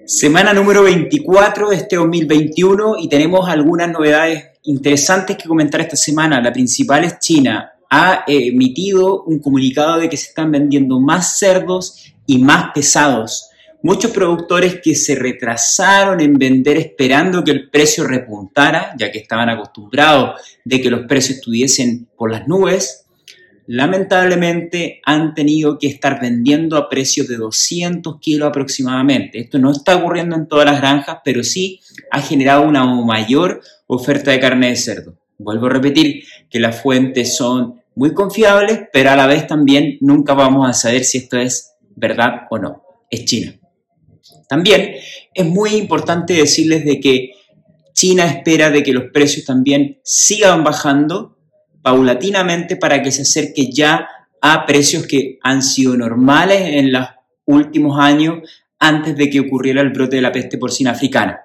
Semana número 24 de este 2021 y tenemos algunas novedades interesantes que comentar esta semana. La principal es China. Ha emitido un comunicado de que se están vendiendo más cerdos y más pesados. Muchos productores que se retrasaron en vender esperando que el precio repuntara, ya que estaban acostumbrados de que los precios estuviesen por las nubes, lamentablemente han tenido que estar vendiendo a precios de 200 kilos aproximadamente. Esto no está ocurriendo en todas las granjas, pero sí ha generado una mayor oferta de carne de cerdo. Vuelvo a repetir que las fuentes son muy confiables, pero a la vez también nunca vamos a saber si esto es verdad o no. Es China. También es muy importante decirles de que China espera de que los precios también sigan bajando paulatinamente para que se acerque ya a precios que han sido normales en los últimos años antes de que ocurriera el brote de la peste porcina africana.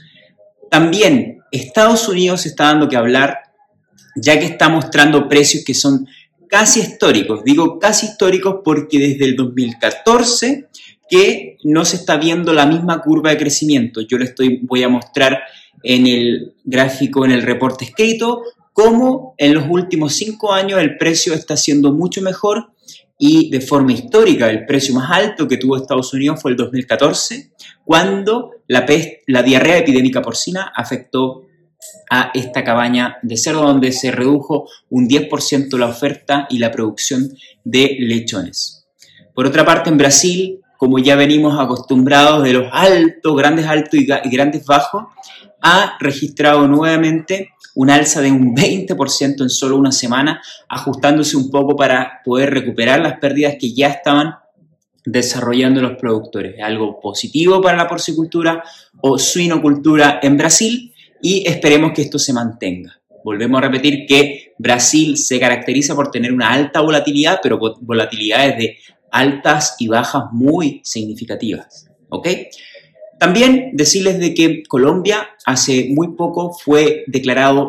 También Estados Unidos está dando que hablar, ya que está mostrando precios que son casi históricos. Digo casi históricos porque desde el 2014 que no se está viendo la misma curva de crecimiento. Yo voy a mostrar en el gráfico, en el reporte escrito, cómo en los últimos 5 años el precio está siendo mucho mejor y de forma histórica el precio más alto que tuvo Estados Unidos fue el 2014, cuando la diarrea epidémica porcina afectó a esta cabaña de cerdo, donde se redujo un 10% la oferta y la producción de lechones. Por otra parte, en Brasil, como ya venimos acostumbrados de los grandes altos y grandes bajos, ha registrado nuevamente un alza de un 20% en solo una semana, ajustándose un poco para poder recuperar las pérdidas que ya estaban desarrollando los productores. Algo positivo para la porcicultura o suinocultura en Brasil y esperemos que esto se mantenga. Volvemos a repetir que Brasil se caracteriza por tener una alta volatilidad, pero volatilidades de altas y bajas muy significativas. ¿Ok? También decirles de que Colombia hace muy poco fue declarado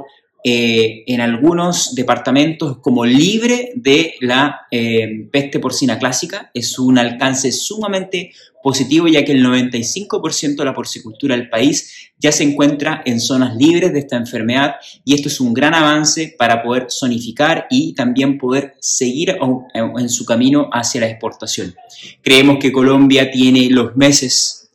en algunos departamentos como libre de la peste porcina clásica. Es un alcance sumamente positivo, ya que el 95% de la porcicultura del país ya se encuentra en zonas libres de esta enfermedad y esto es un gran avance para poder zonificar y también poder seguir en su camino hacia la exportación. Creemos que Colombia tiene los meses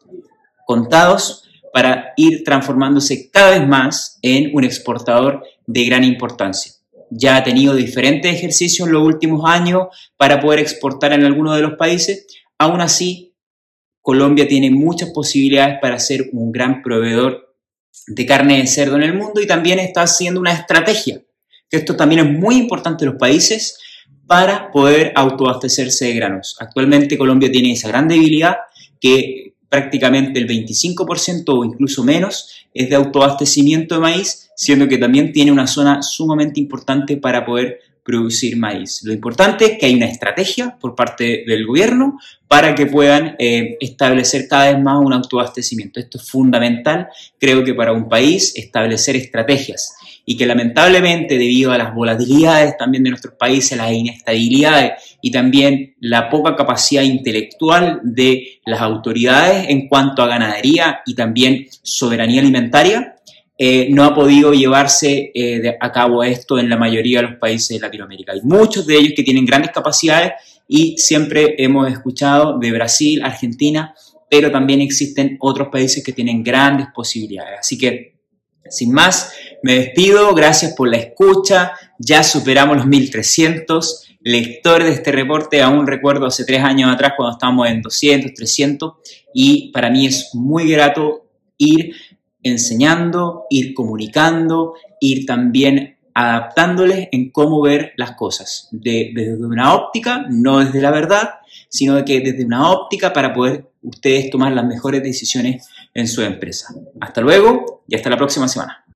contados para ir transformándose cada vez más en un exportador de gran importancia. Ya ha tenido diferentes ejercicios en los últimos años para poder exportar en algunos de los países. Aún así, Colombia tiene muchas posibilidades para ser un gran proveedor de carne de cerdo en el mundo y también está haciendo una estrategia, que esto también es muy importante en los países para poder autoabastecerse de granos. Actualmente Colombia tiene esa gran debilidad que prácticamente el 25% o incluso menos es de autoabastecimiento de maíz, siendo que también tiene una zona sumamente importante para poder producir maíz. Lo importante es que hay una estrategia por parte del gobierno para que puedan establecer cada vez más un autoabastecimiento. Esto es fundamental, creo que para un país, establecer estrategias y que lamentablemente debido a las volatilidades también de nuestros países, las inestabilidades y también la poca capacidad intelectual de las autoridades en cuanto a ganadería y también soberanía alimentaria, no ha podido llevarse a cabo esto en la mayoría de los países de Latinoamérica. Hay muchos de ellos que tienen grandes capacidades y siempre hemos escuchado de Brasil, Argentina, pero también existen otros países que tienen grandes posibilidades. Así que, sin más, me despido. Gracias por la escucha. Ya superamos los 1300 lectores de este reporte. Aún recuerdo hace 3 años atrás cuando estábamos en 200, 300 y para mí es muy grato ir enseñando, ir comunicando, ir también adaptándoles en cómo ver las cosas, desde una óptica, no desde la verdad, sino de que desde una óptica para poder ustedes tomar las mejores decisiones en su empresa. Hasta luego y hasta la próxima semana.